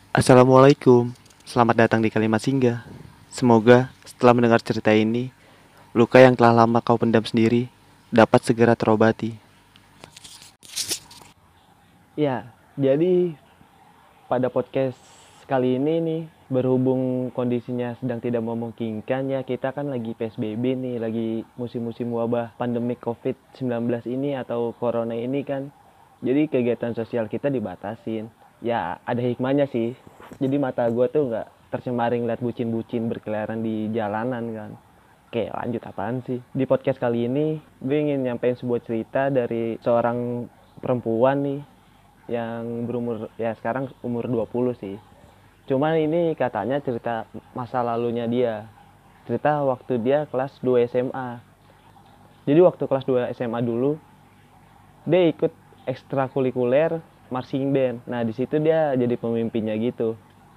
Assalamualaikum, selamat datang di Kalimat Singgah. Semoga setelah mendengar cerita ini, luka yang telah lama kau pendam sendiri dapat segera terobati. Ya, jadi pada podcast kali ini nih, berhubung kondisinya sedang tidak memungkinkan ya, kita kan lagi PSBB nih, lagi musim-musim wabah pandemi COVID-19 ini atau corona ini kan. Jadi kegiatan sosial kita dibatasin. Ya, ada hikmahnya sih. Jadi mata gue tuh nggak tercemaring liat bucin-bucin berkeliaran di jalanan kan. Oke, lanjut apaan sih? Di podcast kali ini, gue ingin nyampein sebuah cerita dari seorang perempuan nih yang berumur ya sekarang umur 20 sih. Cuman ini katanya cerita masa lalunya dia. Cerita waktu dia kelas 2 SMA. Jadi waktu kelas 2 SMA dulu dia ikut ekstrakurikuler marching band. Nah, di situ dia jadi pemimpinnya gitu.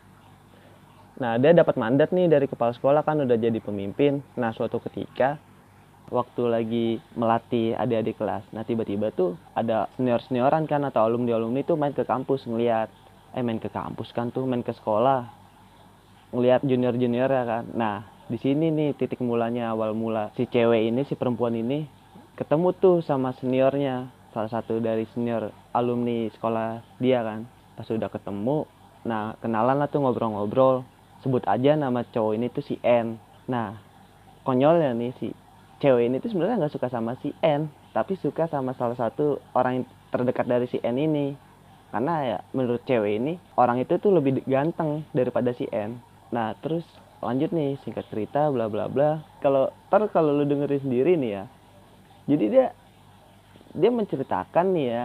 Nah, dia dapat mandat nih dari kepala sekolah kan udah jadi pemimpin. Nah, suatu ketika waktu lagi melatih adik-adik kelas. Nah, tiba-tiba tuh ada senior-senioran kan atau alumni-alumni tuh main ke kampus ngeliat. Main ke kampus kan tuh, main ke sekolah. Ngeliat junior-junior ya kan. Nah, di sini nih titik mulanya, awal mula. Si cewek ini, si perempuan ini ketemu tuh sama seniornya. Salah satu dari senior alumni sekolah dia kan. Pas udah ketemu, nah kenalan lah tuh ngobrol-ngobrol. Sebut aja nama cowok ini tuh si N. Nah, konyolnya nih si cewek ini tuh sebenarnya nggak suka sama si N, tapi suka sama salah satu orang yang terdekat dari si N ini. Karena ya menurut cewek ini orang itu tuh lebih ganteng daripada si N. Nah, terus lanjut nih singkat cerita bla bla bla. Kalau lu dengerin sendiri nih ya. Jadi dia dia menceritakan nih ya,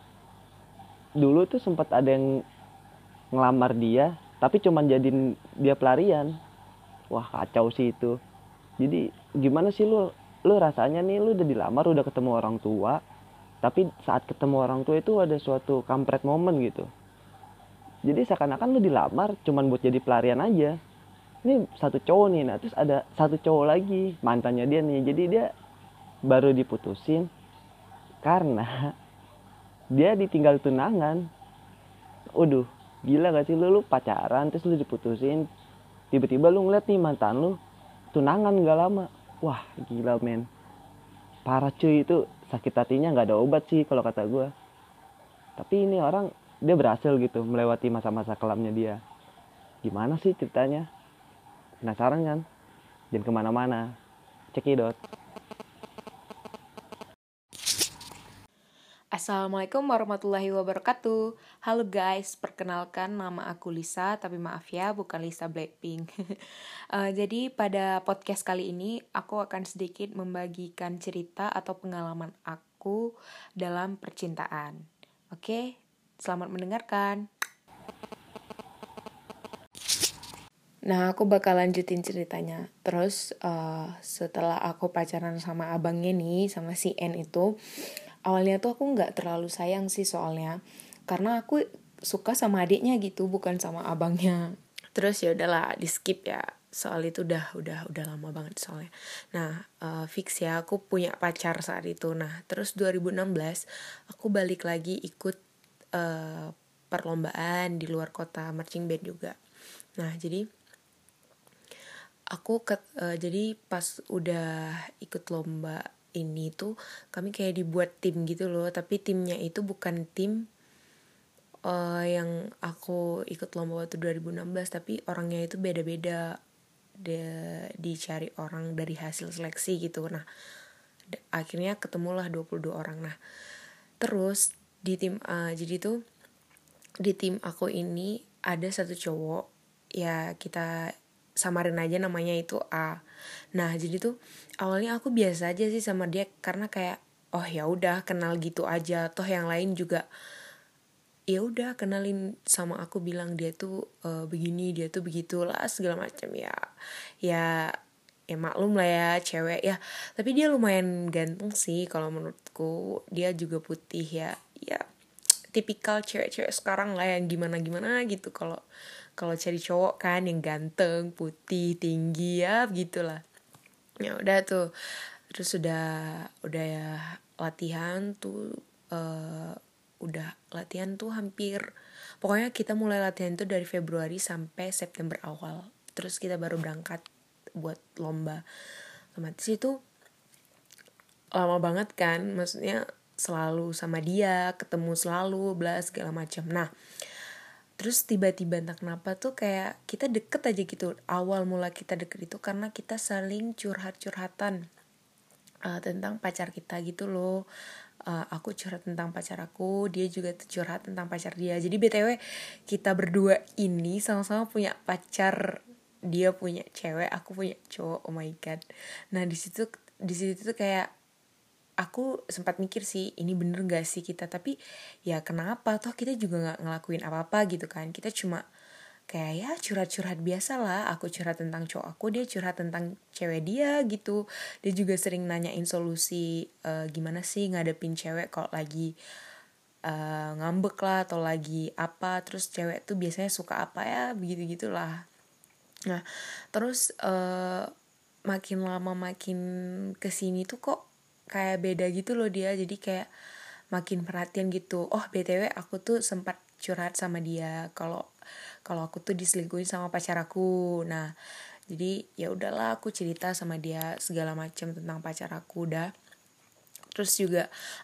dulu tuh sempat ada yang ngelamar dia tapi cuman jadiin dia pelarian. Wah, kacau sih itu. Jadi gimana sih lu rasanya nih, lu udah dilamar, udah ketemu orang tua, tapi saat ketemu orang tua itu ada suatu kampret momen gitu. Jadi seakan-akan lu dilamar cuman buat jadi pelarian aja. Ini satu cowok nih, nah terus ada satu cowok lagi mantannya dia nih. Jadi dia baru diputusin karena dia ditinggal tunangan. Waduh, gila gak sih lu pacaran terus lu diputusin, tiba-tiba lu ngeliat nih mantan lu tunangan gak lama. Wah, gila men, parah cuy. Itu sakit hatinya nggak ada obat sih kalau kata gue. Tapi ini orang dia berhasil gitu melewati masa-masa kelamnya dia. Gimana sih ceritanya? Penasaran kan? Jangan kemana-mana, cekidot. Assalamualaikum warahmatullahi wabarakatuh. Halo guys, perkenalkan nama aku Lisa, tapi maaf ya bukan Lisa Blackpink. Jadi pada podcast kali ini aku akan sedikit membagikan cerita atau pengalaman aku dalam percintaan. Oke, selamat mendengarkan. Nah, aku bakal lanjutin ceritanya. Terus setelah aku pacaran sama abangnya nih, sama si N itu, awalnya tuh aku nggak terlalu sayang sih soalnya, karena aku suka sama adiknya gitu, bukan sama abangnya. Terus ya udahlah, di skip ya. Soal itu udah lama banget soalnya. Nah, fix ya aku punya pacar saat itu. Nah, terus 2016 aku balik lagi ikut perlombaan di luar kota, marching band juga. Nah, jadi pas udah ikut lomba ini tuh kami kayak dibuat tim gitu loh, tapi timnya itu bukan tim yang aku ikut lomba waktu 2016, tapi orangnya itu beda-beda. Dia dicari orang dari hasil seleksi gitu. Nah, akhirnya ketemulah 22 orang. Nah, terus jadi tuh di tim aku ini ada satu cowok, ya kita samarin aja namanya itu A. Nah, jadi tuh awalnya aku biasa aja sih sama dia karena kayak oh ya udah kenal gitu aja, toh yang lain juga ya udah kenalin sama aku bilang dia tuh begini, dia tuh begitu lah segala macam ya. Ya maklum lah ya cewek ya, tapi dia lumayan ganteng sih kalau menurutku. Dia juga putih ya, ya tipikal cewek-cewek sekarang lah yang gimana-gimana gitu. Kalau kalau cari cowok kan yang ganteng, putih, tinggi ya begitulah. Ya udah tuh. Terus udah ya latihan tuh udah latihan tuh hampir pokoknya kita mulai latihan itu dari Februari sampai September awal, terus kita baru berangkat buat lomba. Otomatis itu lama banget kan, maksudnya selalu sama dia, ketemu selalu, bla segala macam. Nah, terus tiba-tiba entah kenapa tuh kayak kita deket aja gitu. Awal mula kita deket itu karena kita saling curhat-curhatan tentang pacar kita gitu loh. Aku curhat tentang pacar aku, dia juga curhat tentang pacar dia. Jadi BTW kita berdua ini sama-sama punya pacar. Dia punya cewek, aku punya cowok. Oh my god. Nah, di situ tuh kayak aku sempat mikir sih, ini bener gak sih kita, tapi ya kenapa, toh kita juga gak ngelakuin apa-apa gitu kan, kita cuma kayak ya curhat-curhat biasa lah, aku curhat tentang cowok aku, dia curhat tentang cewek dia gitu. Dia juga sering nanyain solusi gimana sih ngadepin cewek kalau lagi ngambek lah atau lagi apa, terus cewek tuh biasanya suka apa ya, begitu-gitulah. Nah, terus makin lama makin kesini tuh kok kayak beda gitu loh dia. Jadi kayak makin perhatian gitu. Oh, BTW aku tuh sempat curhat sama dia kalau aku tuh diselingkuhin sama pacar aku. Nah, jadi ya udahlah aku cerita sama dia segala macam tentang pacar aku udah. Terus juga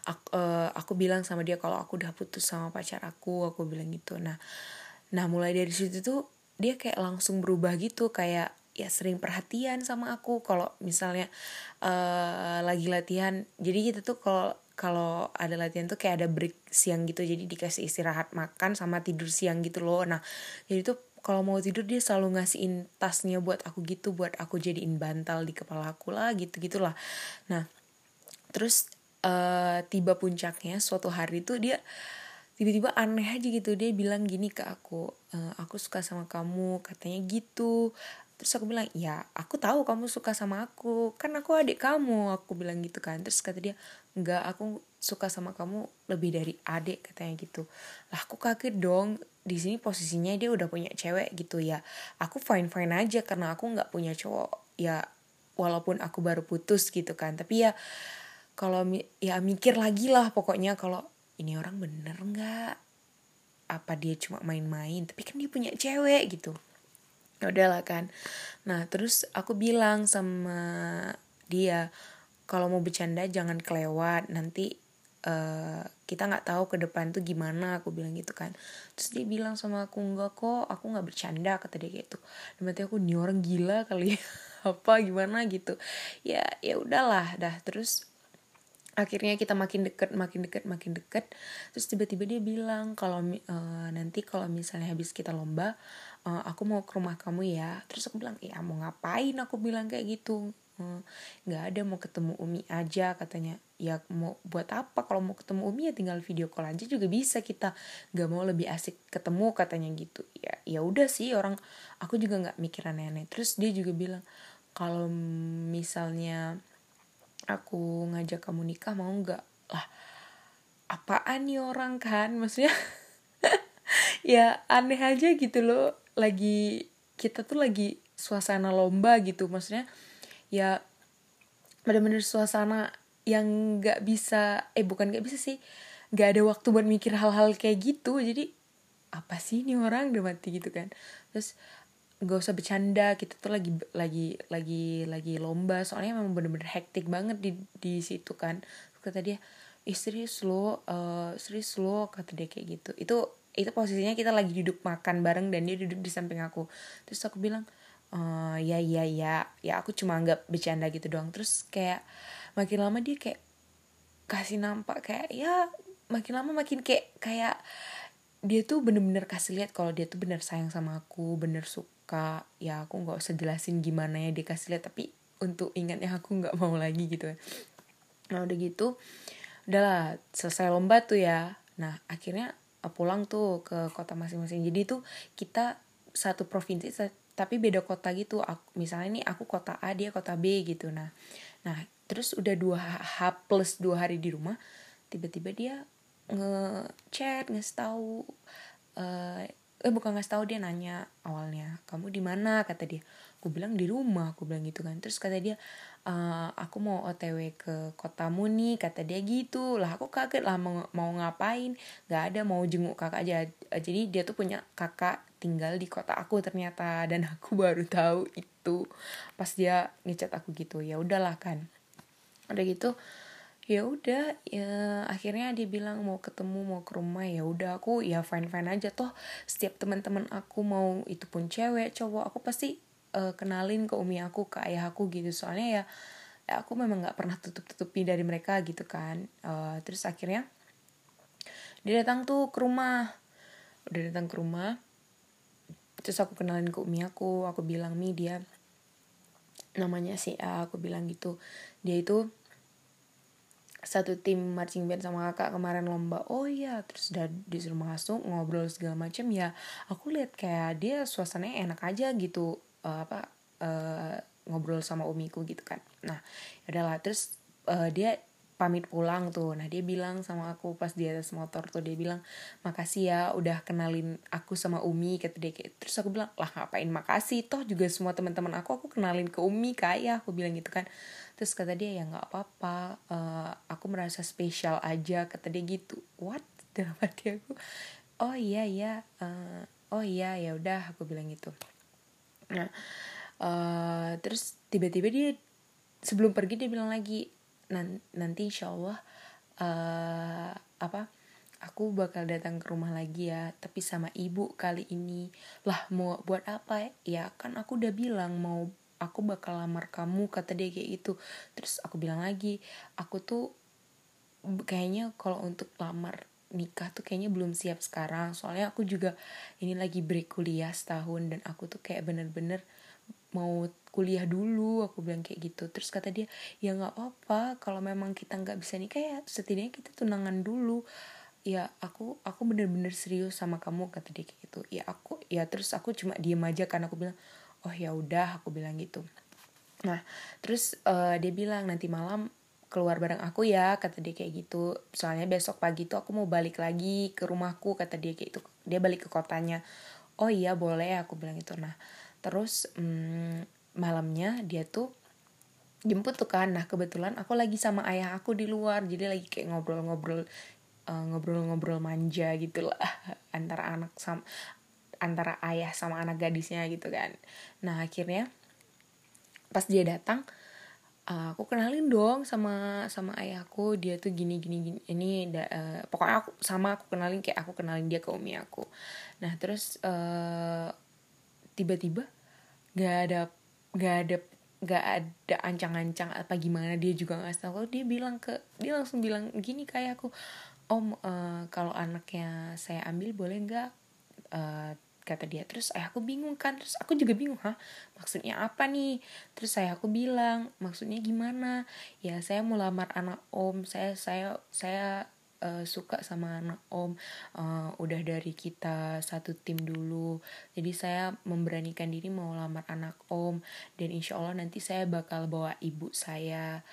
aku bilang sama dia kalau aku udah putus sama pacar aku bilang gitu. Nah mulai dari situ tuh dia kayak langsung berubah gitu, kayak ya sering perhatian sama aku kalau misalnya lagi latihan. Jadi kita tuh kalau ada latihan tuh kayak ada break siang gitu, jadi dikasih istirahat makan sama tidur siang gitu loh. Nah jadi tuh kalau mau tidur dia selalu ngasihin tasnya buat aku gitu, buat aku jadiin bantal di kepala aku lah gitu gitulah. Nah terus tiba puncaknya suatu hari tuh dia tiba-tiba aneh aja gitu, dia bilang gini ke aku suka sama kamu katanya gitu. Terus aku bilang ya aku tahu kamu suka sama aku, kan aku adik kamu, aku bilang gitu kan. Terus kata dia enggak, aku suka sama kamu lebih dari adik katanya gitu. Lah aku kaget dong, di sini posisinya dia udah punya cewek gitu ya. Aku fine fine aja karena aku nggak punya cowok ya, walaupun aku baru putus gitu kan. Tapi ya kalau ya mikir lagi lah pokoknya, kalau ini orang bener nggak, apa dia cuma main-main, tapi kan dia punya cewek gitu. Ya udahlah kan. Nah terus aku bilang sama dia kalau mau bercanda jangan kelewat, nanti kita nggak tahu ke depan tuh gimana, aku bilang gitu kan. Terus dia bilang sama aku enggak kok, aku nggak bercanda, kata dia kayak gitu. Dan berarti aku nih orang gila kali apa gimana gitu. Ya udahlah dah. Terus akhirnya kita makin deket. Terus tiba-tiba dia bilang kalau nanti kalau misalnya habis kita lomba aku mau ke rumah kamu ya. Terus aku bilang ya mau ngapain, aku bilang kayak gitu. Nggak ada, mau ketemu Umi aja katanya. Ya mau buat apa, kalau mau ketemu Umi ya tinggal video call aja juga bisa, kita nggak mau lebih asik ketemu katanya gitu. Ya udah sih, orang aku juga nggak mikir aneh-aneh. Terus dia juga bilang kalau misalnya aku ngajak kamu nikah mau nggak. Lah apaan nih orang kan, maksudnya ya aneh aja gitu loh. Lagi kita tuh lagi suasana lomba gitu, maksudnya ya bener-bener suasana yang nggak bisa bukan nggak bisa sih, nggak ada waktu buat mikir hal-hal kayak gitu. Jadi apa sih ini orang, udah mati gitu kan. Terus nggak usah bercanda, kita tuh lagi lomba, soalnya memang bener-bener hektik banget di situ kan. Terus kata dia serius lo kata dia kayak gitu. Itu posisinya kita lagi duduk makan bareng dan dia duduk di samping aku. Terus aku bilang ya aku cuma anggap bercanda gitu doang. Terus kayak makin lama dia kayak kasih nampak kayak ya makin lama makin kayak dia tuh bener-bener kasih lihat kalau dia tuh bener sayang sama aku, bener suka. Ya aku nggak usah jelasin gimana ya, dia kasih lihat, tapi untuk ingatnya aku nggak mau lagi gitu. Nah udah gitu, udahlah selesai lomba tuh ya. Nah akhirnya pulang tuh ke kota masing-masing. Jadi tuh kita satu provinsi tapi beda kota gitu. Misalnya nih aku kota A, dia kota B gitu. Nah terus udah 2 hari di rumah, tiba-tiba dia ngechat ngasih tahu bukan ngasih tahu, dia nanya awalnya, kamu di mana, kata dia. Aku bilang di rumah, aku bilang gitu kan. Terus kata dia, aku mau OTW ke kotamu nih, kata dia gitu. Lah aku kaget lah, mau ngapain, gak ada, mau jenguk kakak aja. Jadi dia tuh punya kakak tinggal di kota aku ternyata, dan aku baru tahu itu pas dia ngechat aku gitu. Ya udahlah kan, udah gitu ya udah ya, akhirnya dia bilang mau ketemu, mau ke rumah. Ya udah, aku ya fine fine aja, toh setiap teman-teman aku mau itu pun cewek cowok, aku pasti kenalin ke umi aku, ke ayah aku gitu. Soalnya ya aku memang nggak pernah tutup-tutupi dari mereka gitu kan. Terus akhirnya dia datang tuh ke rumah, udah datang ke rumah. Terus aku kenalin ke umi aku bilang, Mi, dia namanya si A, aku bilang gitu, dia itu satu tim marching band sama kakak kemarin lomba. Oh iya, terus udah disuruh masuk, ngobrol segala macam. Ya aku lihat kayak dia suasananya enak aja gitu, ngobrol sama umiku gitu kan. Nah udahlah, terus dia pamit pulang tuh. Nah dia bilang sama aku pas di atas motor tuh, dia bilang, makasih ya udah kenalin aku sama Umi, kata dia kayak. Terus aku bilang, lah ngapain makasih, toh juga semua teman-teman aku kenalin ke Umi, ke ayah, aku bilang gitu kan. Terus kata dia, ya nggak apa-apa, aku merasa spesial aja, kata dia gitu. What? Dalam hati aku, oh iya ya, oh iya ya udah, aku bilang gitu. Nah terus tiba-tiba dia sebelum pergi dia bilang lagi, nanti insyaallah aku bakal datang ke rumah lagi ya, tapi sama ibu kali ini. Lah mau buat apa ya, kan aku udah bilang mau aku bakal lamar kamu, kata dia kayak gitu. Terus aku bilang lagi, aku tuh kayaknya kalau untuk lamar nikah tuh kayaknya belum siap sekarang, soalnya aku juga ini lagi break kuliah setahun, dan aku tuh kayak bener-bener mau kuliah dulu, aku bilang kayak gitu. Terus kata dia, ya nggak apa-apa kalau memang kita nggak bisa nikah, ya setidaknya kita tunangan dulu. Ya aku bener-bener serius sama kamu, kata dia kayak gitu. Terus aku cuma diem aja kan, aku bilang oh ya udah, aku bilang gitu. Nah terus dia bilang nanti malam keluar bareng aku ya, kata dia kayak gitu. Soalnya besok pagi tuh aku mau balik lagi ke rumahku, kata dia kayak gitu. Dia balik ke kotanya. Oh iya boleh, aku bilang gitu. Nah terus malamnya dia tuh jemput tuh kan. Nah kebetulan aku lagi sama ayah aku di luar, jadi lagi kayak ngobrol-ngobrol manja gitu lah antara ayah sama anak gadisnya gitu kan. Nah akhirnya pas dia datang, aku kenalin dong sama ayahku, dia tuh gini ini pokoknya aku kenalin kayak aku kenalin dia ke umi aku. Nah terus tiba-tiba gak ada gak ada gak ada ancang-ancang apa gimana, dia juga nggak tahu. Dia langsung bilang gini kayak aku, om, kalau anaknya saya ambil boleh nggak, kata dia. Terus ayahku bingung kan, terus aku juga bingung, maksudnya apa nih. Terus aku bilang, maksudnya gimana, ya saya mau lamar anak om, saya suka sama anak om, udah dari kita satu tim dulu, jadi saya memberanikan diri mau lamar anak om, dan insya Allah nanti saya bakal bawa ibu saya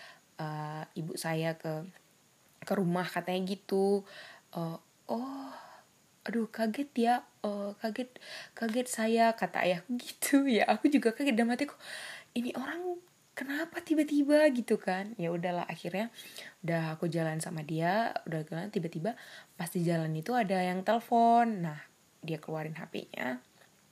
ke rumah, katanya gitu. Oh aduh kaget ya, kaget saya, kata ayahku gitu. Ya aku juga kaget, dalam hatiku ini orang kenapa tiba-tiba gitu kan. Ya udahlah, akhirnya udah aku jalan sama dia, udah jalan, tiba-tiba pas di jalan itu ada yang telepon. Nah dia keluarin HP-nya,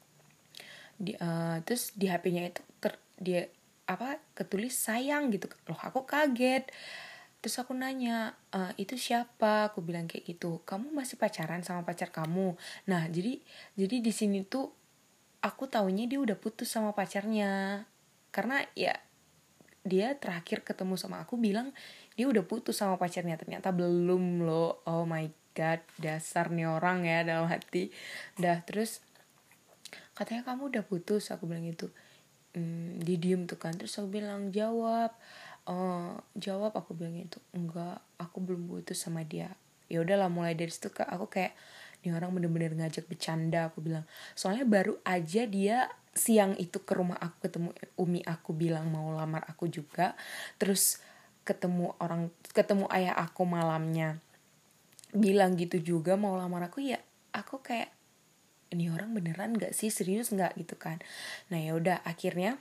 terus di HP-nya itu dia ketulis sayang gitu. Loh aku kaget. Terus aku nanya, itu siapa? Aku bilang kayak gitu. Kamu masih pacaran sama pacar kamu? Nah, jadi di sini tuh aku taunya dia udah putus sama pacarnya. Karena ya dia terakhir ketemu sama aku bilang dia udah putus sama pacarnya, ternyata belum loh. Oh my god, dasar nih orang ya, dalam hati. Udah, terus katanya kamu udah putus, aku bilang gitu. Dia diem tuh kan. Terus aku bilang jawab, aku bilang itu enggak, aku belum putus sama dia. Ya udahlah, mulai dari situ aku kayak ini orang bener-bener ngajak bercanda, aku bilang. Soalnya baru aja dia siang itu ke rumah aku, ketemu umi aku bilang mau lamar aku juga. Terus ketemu ayah aku malamnya bilang gitu juga mau lamar aku. Ya aku kayak ini orang beneran nggak sih, serius nggak gitu kan. Nah ya udah akhirnya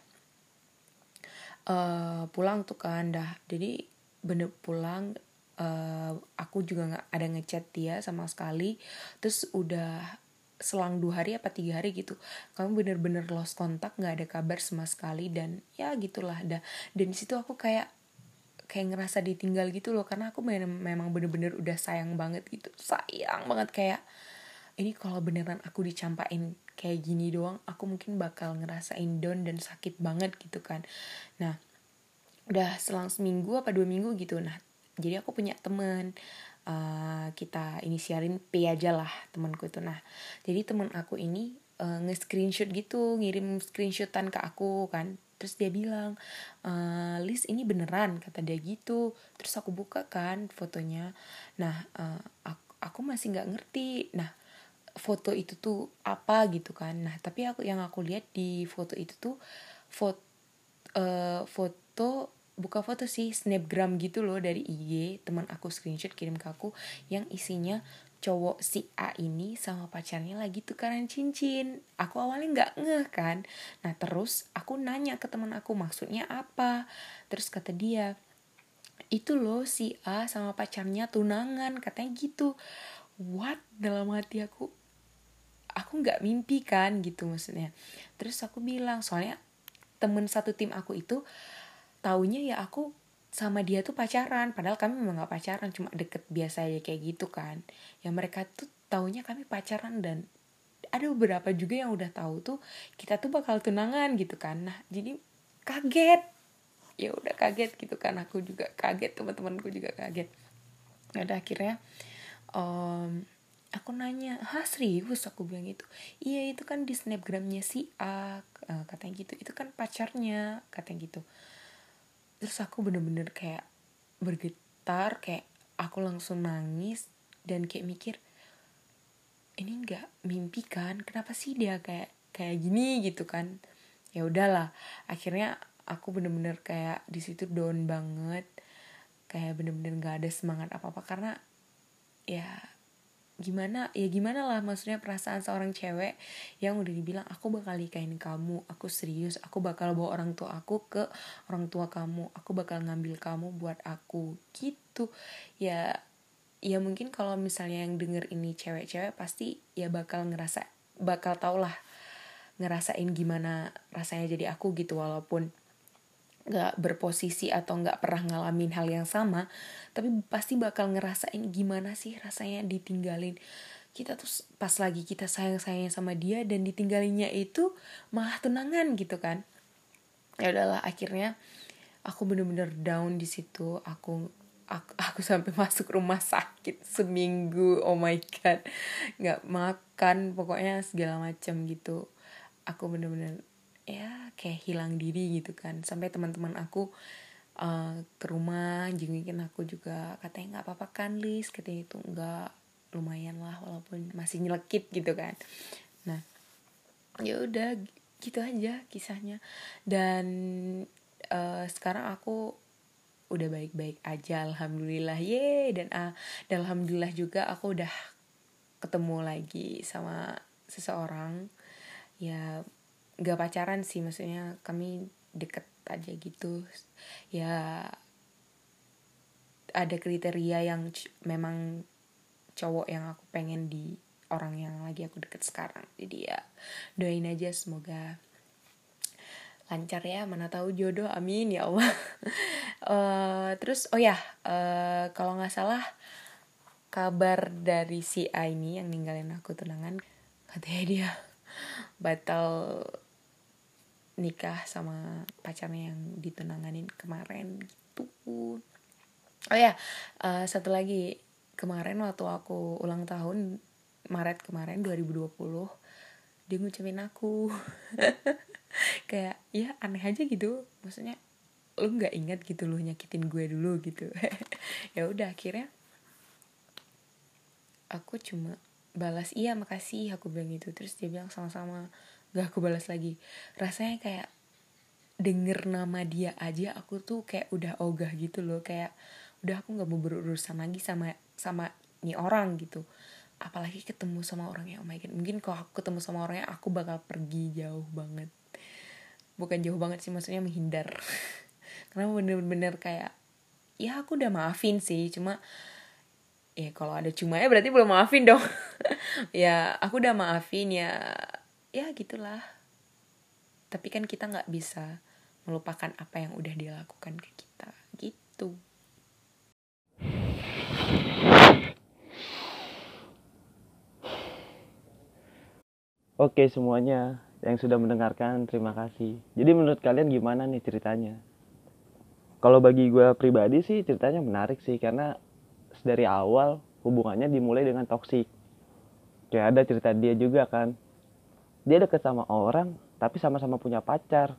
pulang tuh kan dah, jadi bener pulang. Aku juga nggak ada ngechat dia sama sekali. Terus udah selang 2 hari apa 3 hari gitu, kamu bener-bener lost kontak, nggak ada kabar sama sekali. Dan ya gitulah dah. Dan di situ aku kayak ngerasa ditinggal gitu loh, karena aku memang bener-bener udah sayang banget gitu, sayang banget. Kayak ini kalau beneran aku dicampain kayak gini doang, aku mungkin bakal ngerasain down dan sakit banget gitu kan. Nah udah selang seminggu apa 2 minggu gitu, nah jadi aku punya temen, kita inisialin P aja lah temanku itu. Nah jadi teman aku ini nge-screenshot gitu, ngirim screenshotan ke aku kan. Terus dia bilang, Lis ini beneran, kata dia gitu. Terus aku buka kan fotonya. Nah aku masih nggak ngerti. Nah foto itu tuh apa gitu kan. Nah tapi yang aku lihat di foto itu tuh foto buka foto sih, snapgram gitu loh dari IG teman aku, screenshot kirim ke aku, yang isinya cowok si A ini sama pacarnya lagi tukaran cincin. Aku awalnya nggak ngeh kan. Nah terus aku nanya ke teman aku, maksudnya apa? Terus kata dia, itu loh si A sama pacarnya tunangan, katanya gitu. What? Dalam hati aku nggak mimpi kan gitu maksudnya. Terus aku bilang, soalnya temen satu tim aku itu taunya ya aku sama dia tuh pacaran, padahal kami memang nggak pacaran, cuma deket biasa aja kayak gitu kan. Ya mereka tuh taunya kami pacaran, dan ada beberapa juga yang udah tahu tuh kita tuh bakal tunangan gitu kan. Nah jadi kaget, ya udah kaget gitu kan, aku juga kaget, teman-temanku juga kaget. Ya udah akhirnya aku nanya, serius, aku bilang gitu. Iya itu kan di snapgramnya si A, katanya gitu, itu kan pacarnya, katanya gitu. Terus aku bener-bener kayak bergetar, kayak aku langsung nangis dan kayak mikir, ini nggak mimpi kan, kenapa sih dia kayak gini gitu kan. Ya udahlah, akhirnya aku bener-bener kayak di situ down banget, kayak bener-bener nggak ada semangat apa-apa, karena ya gimana lah, maksudnya perasaan seorang cewek yang udah dibilang aku bakal nikahin kamu, aku serius, aku bakal bawa orang tua aku ke orang tua kamu, aku bakal ngambil kamu buat aku gitu. Ya mungkin kalau misalnya yang denger ini cewek-cewek, pasti ya bakal tau lah ngerasain gimana rasanya jadi aku gitu, walaupun gak berposisi atau gak pernah ngalamin hal yang sama, tapi pasti bakal ngerasain gimana sih rasanya ditinggalin. Kita tuh pas lagi kita sayang-sayang sama dia, dan ditinggalinnya itu malah tunangan gitu kan. Ya udahlah, akhirnya aku bener-bener down di situ. Aku sampai masuk rumah sakit seminggu, oh my god, nggak makan, pokoknya segala macam gitu. Aku bener-bener ya kayak hilang diri gitu kan. Sampai teman-teman aku ke rumah jengukin aku juga, katanya nggak apa-apa kan Lis, katanya itu nggak, lumayan lah walaupun masih nyelekit gitu kan. Nah ya udah gitu aja kisahnya. Dan sekarang aku udah baik-baik aja, alhamdulillah, dan alhamdulillah juga aku udah ketemu lagi sama seseorang. Ya nggak pacaran sih, maksudnya kami deket aja gitu. Ya ada kriteria yang memang cowok yang aku pengen di orang yang lagi aku deket sekarang. Jadi ya doain aja semoga lancar ya, mana tahu jodoh, amin ya Allah. Terus kalau nggak salah kabar dari si A ini yang ninggalin aku tunangan, katanya dia batal nikah sama pacarnya yang ditunanganin kemarin gitu. Satu lagi, kemarin waktu aku ulang tahun Maret kemarin 2020, dia ngucapin aku. Kayak ya aneh aja gitu, maksudnya lu nggak ingat gitu lu nyakitin gue dulu gitu. Ya udah akhirnya aku cuma balas iya makasih, aku bilang gitu. Terus dia bilang sama-sama, gak aku balas lagi. Rasanya kayak denger nama dia aja aku tuh kayak udah ogah gitu loh, kayak udah aku nggak mau berurusan lagi sama nih orang gitu. apalagi ketemu sama orangnya. Oh my god, mungkin kalau aku ketemu sama orangnya aku bakal pergi jauh banget. Bukan jauh banget sih, maksudnya menghindar. Karena bener-bener kayak, ya aku udah maafin sih, cuma ya kalau ada cuma ya berarti belum maafin dong. Ya aku udah maafin ya gitulah. Tapi kan kita nggak bisa melupakan apa yang udah dia lakukan ke kita gitu. Oke semuanya yang sudah mendengarkan, terima kasih. Jadi menurut kalian gimana nih ceritanya? Kalau bagi gue pribadi sih ceritanya menarik sih, karena dari awal hubungannya dimulai dengan toksik. Kayak ada cerita dia juga kan, dia deket sama orang tapi sama-sama punya pacar,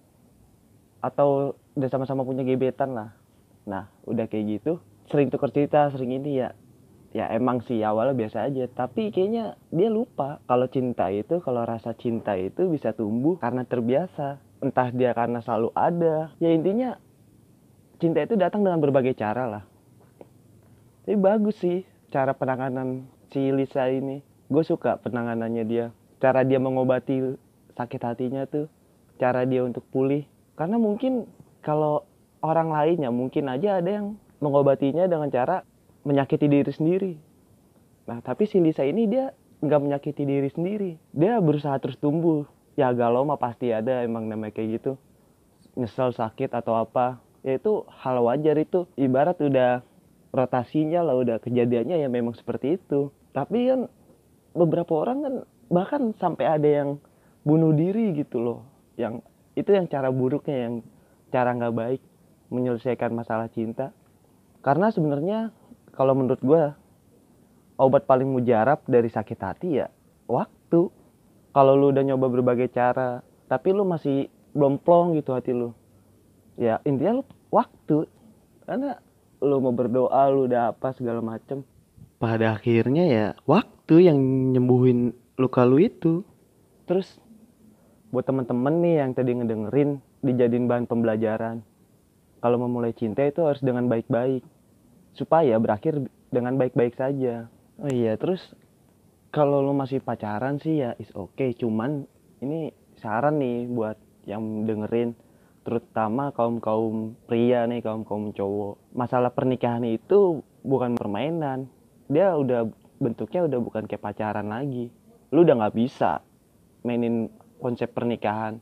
atau udah sama-sama punya gebetan lah. Nah udah kayak gitu sering tukar cerita, sering ini ya emang sih awalnya biasa aja, tapi kayaknya dia lupa kalau cinta itu, kalau rasa cinta itu bisa tumbuh karena terbiasa. Entah dia karena selalu ada, ya intinya cinta itu datang dengan berbagai cara lah. Tapi bagus sih cara penanganan si Lisa ini, gue suka penanganannya dia, cara dia mengobati sakit hatinya tuh, cara dia untuk pulih. Karena mungkin kalau orang lainnya mungkin aja ada yang mengobatinya dengan cara menyakiti diri sendiri. Nah tapi si Lisa ini dia nggak menyakiti diri sendiri, dia berusaha terus tumbuh. Ya galau mah pasti ada, emang namanya kayak gitu, nyesel sakit atau apa ya itu hal wajar. Itu ibarat udah rotasinya lah, udah kejadiannya ya memang seperti itu. Tapi kan beberapa orang kan bahkan sampai ada yang bunuh diri gitu loh, yang itu yang cara buruknya, yang cara nggak baik menyelesaikan masalah cinta. Karena sebenarnya kalau menurut gue obat paling mujarab dari sakit hati ya waktu. Kalau lu udah nyoba berbagai cara tapi lu masih belum plong gitu hati lu, ya intinya lu waktu. Karena lu mau berdoa, lu udah apa segala macem, Pada akhirnya ya waktu yang nyembuhin luka lu itu. terus buat temen-temen nih yang tadi ngedengerin, dijadiin bahan pembelajaran. Kalau memulai cinta itu harus dengan baik-baik, supaya berakhir dengan baik-baik saja. Oh iya, terus kalau lu masih pacaran sih ya is okay. Cuman ini saran nih buat yang dengerin, terutama kaum pria nih, kaum cowok. Masalah pernikahan itu bukan permainan. Dia udah bentuknya udah bukan kayak pacaran lagi. Lu udah nggak bisa mainin konsep pernikahan.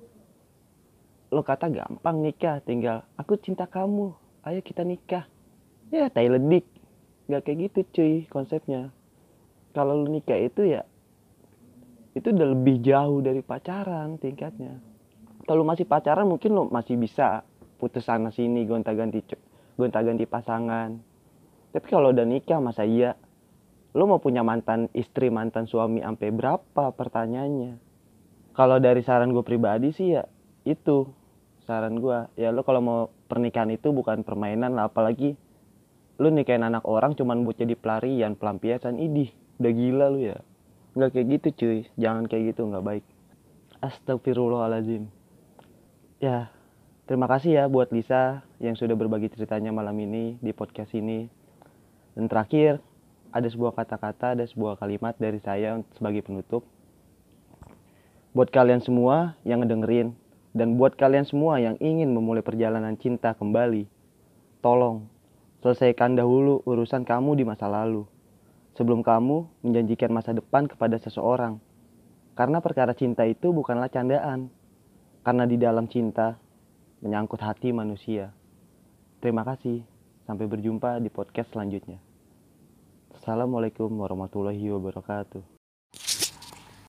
Lo kata gampang nikah, tinggal aku cinta kamu, ayo kita nikah. Ya tai ledik, nggak kayak gitu cuy konsepnya. Kalau lu nikah itu ya itu udah lebih jauh dari pacaran tingkatnya. Kalau masih pacaran mungkin lo masih bisa putus sana sini, gonta-ganti pasangan. Tapi kalau udah nikah masa iya lo mau punya mantan istri, mantan suami sampai berapa pertanyaannya. Kalau dari saran gue pribadi sih ya itu saran gue, ya lo kalau mau pernikahan itu bukan permainan lah. Apalagi lo nikahin anak orang cuman buat jadi pelarian, pelampiasan. Idih, udah gila lu ya. Nggak kayak gitu cuy, jangan kayak gitu, nggak baik. Astagfirullahaladzim. Ya terima kasih ya buat Lisa yang sudah berbagi ceritanya malam ini di podcast ini. Dan terakhir ada sebuah kata-kata, ada sebuah kalimat dari saya sebagai penutup. Buat kalian semua yang ngedengerin, dan buat kalian semua yang ingin memulai perjalanan cinta kembali, tolong selesaikan dahulu urusan kamu di masa lalu sebelum kamu menjanjikan masa depan kepada seseorang. Karena perkara cinta itu bukanlah candaan. Karena di dalam cinta menyangkut hati manusia. Terima kasih. Sampai berjumpa di podcast selanjutnya. Assalamualaikum warahmatullahi wabarakatuh.